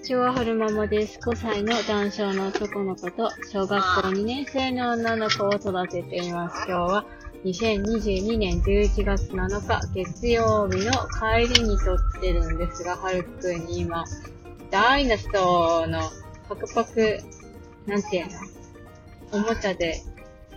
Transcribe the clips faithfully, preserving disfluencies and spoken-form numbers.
ちは、はるままです。ごさいの男性の男の子と小学校にねん生の女の子を育てています。今日はにせんにじゅうにねんじゅういちがつなのか月曜日の帰りに撮ってるんですが、はるくんに今、ダイナソーのパクパク、なんていうのおもちゃで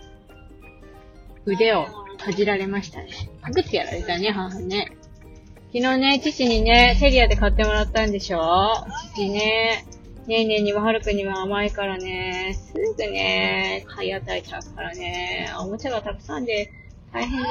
腕をかじられましたね。パクってやられたね、母ね。昨日ね、父にね、セリアで買ってもらったんでしょ？父ね、ねえねえにもはるくんにも甘いからね、すぐね、買い与えちゃうからね、おもちゃがたくさんで大変です。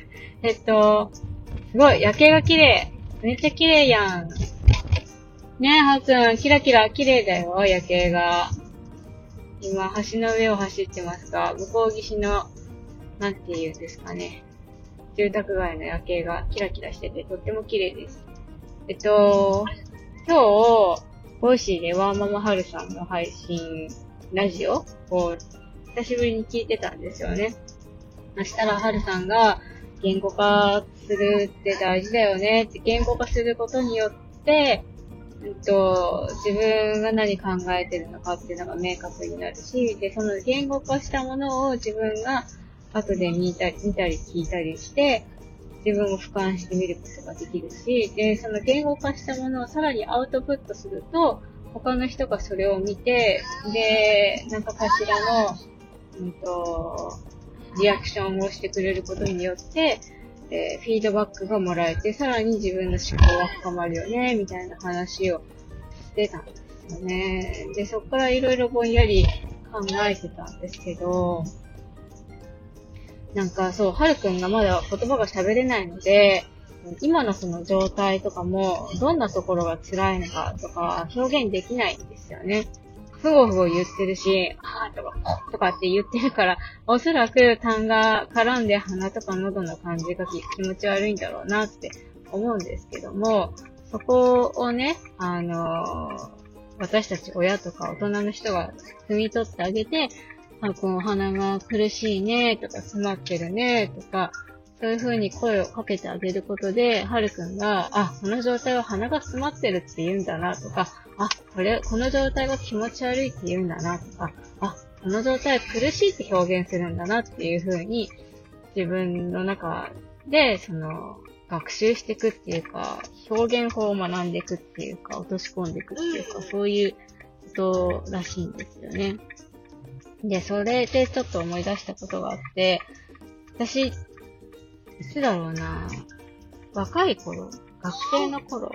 えっと、すごい、夜景が綺麗。めっちゃ綺麗やん。ねえ、はるくん、キラキラ綺麗だよ、夜景が。今、橋の上を走ってますが、向こう岸の、なんていうんですかね。住宅街の夜景がキラキラしててとっても綺麗です。えっと、今日、ボイシーでワーママハルさんの配信、ラジオを久しぶりに聞いてたんですよね。そしたらハルさんが言語化するって大事だよねって、言語化することによって、えっと、自分が何考えてるのかっていうのが明確になるし、で、その言語化したものを自分が後で見たり、見たり聞いたりして、自分を俯瞰して見ることができるし、で、その言語化したものをさらにアウトプットすると、他の人がそれを見て、で、なんかかしらの、うんと、リアクションをしてくれることによって、えー、フィードバックがもらえて、さらに自分の思考が深まるよね、みたいな話をしてたんですよね。で、そこからいろいろぼんやり考えてたんですけど、なんかそう、はるくんがまだ言葉が喋れないので、今のその状態とかも、どんなところが辛いのかとか表現できないんですよね。ふごふご言ってるし、あーとか、とかって言ってるから、おそらく痰が絡んで鼻とか喉の感じが気持ち悪いんだろうなって思うんですけども、そこをね、あのー、私たち親とか大人の人が汲み取ってあげて、あ、この鼻が苦しいねとか詰まってるねとか、そういう風に声をかけてあげることで、はるくんが、あ、この状態は鼻が詰まってるって言うんだなとか、あ、これ、この状態が気持ち悪いって言うんだなとか、あ、この状態は苦しいって表現するんだなっていう風に、自分の中で、その、学習していくっていうか、表現法を学んでいくっていうか、落とし込んでいくっていうか、そういうことらしいんですよね。で、それでちょっと思い出したことがあって、私、いつだろうな、若い頃、学生の頃、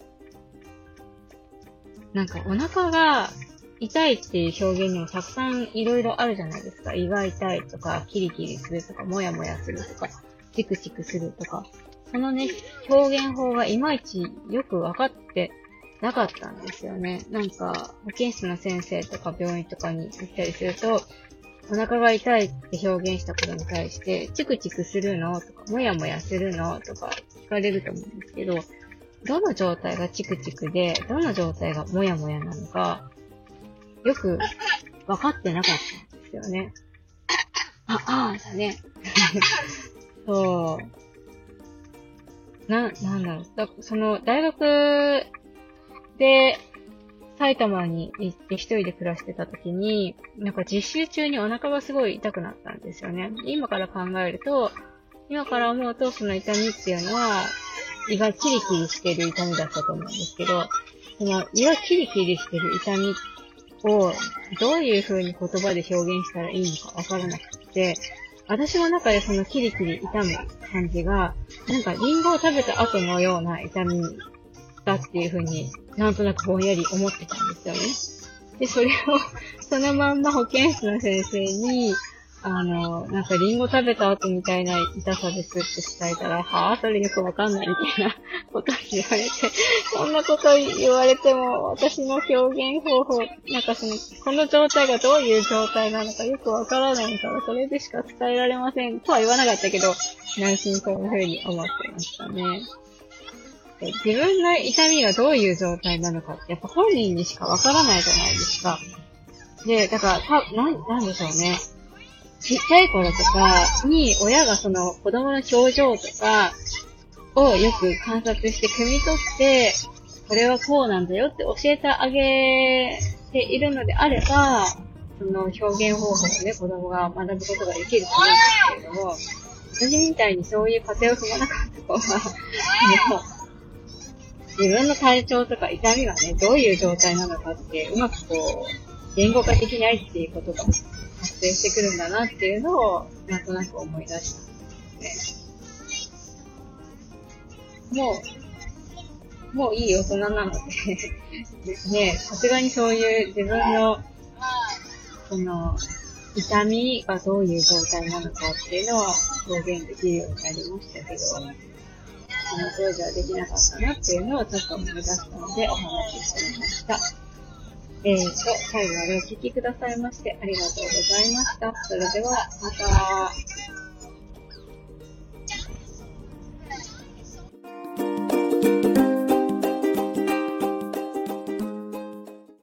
なんかお腹が痛いっていう表現にもたくさんいろいろあるじゃないですか。胃が痛いとか、キリキリするとか、もやもやするとか、チクチクするとか、そのね、表現法がいまいちよくわかってなかったんですよね。なんか、保健室の先生とか病院とかに行ったりすると、お腹が痛いって表現したことに対して、チクチクするのとか、もやもやするのとか聞かれると思うんですけど、どの状態がチクチクで、どの状態がもやもやなのか、よく分かってなかったんですよね。あ、ああ、だね。そう。な、なんだろう。だその、大学で、埼玉に行って一人で暮らしてた時に、なんか実習中にお腹がすごい痛くなったんですよね。今から考えると、今から思うとその痛みっていうのは、胃がキリキリしてる痛みだったと思うんですけど、その胃がキリキリしてる痛みをどういう風に言葉で表現したらいいのかわからなくて、私の中でそのキリキリ痛む感じが、なんかリンゴを食べた後のような痛みだっていう風になんとなくぼんやり思ってたんですよね。で、それをそのまんま保健室の先生に、あの、なんかリンゴ食べた後みたいな痛さですって伝えたら、はぁ、それよくわかんないみたいなことを言われて、そんなこと言われても私の表現方法、なんかその、この状態がどういう状態なのかよくわからないから、それでしか伝えられませんとは言わなかったけど、内心そういうふうに思ってましたね。自分の痛みがどういう状態なのかって、やっぱ本人にしかわからないじゃないですか。で、だから、た、なん、なんでしょうね。ちっちゃい頃とかに親がその子供の表情とかをよく観察して汲み取って、 これはこうなんだよって教えてあげているのであれば、その表現方法をね、子供が学ぶことができると思うんですけれども、私みたいにそういう過程を踏まなかった子は、もう、自分の体調とか痛みがね、どういう状態なのかって、うまくこう、言語化できないっていうことが発生してくるんだなっていうのを、なんとなく思い出したんですね。もう、もういい大人なので、ね、さすがにそういう自分の、その、痛みがどういう状態なのかっていうのは表現できるようになりましたけど、その当時はできなかったなっていうのをちょっと思い出したのでお話ししてみました。えーと、最後までお聞きくださいましてありがとうございました。それではまた。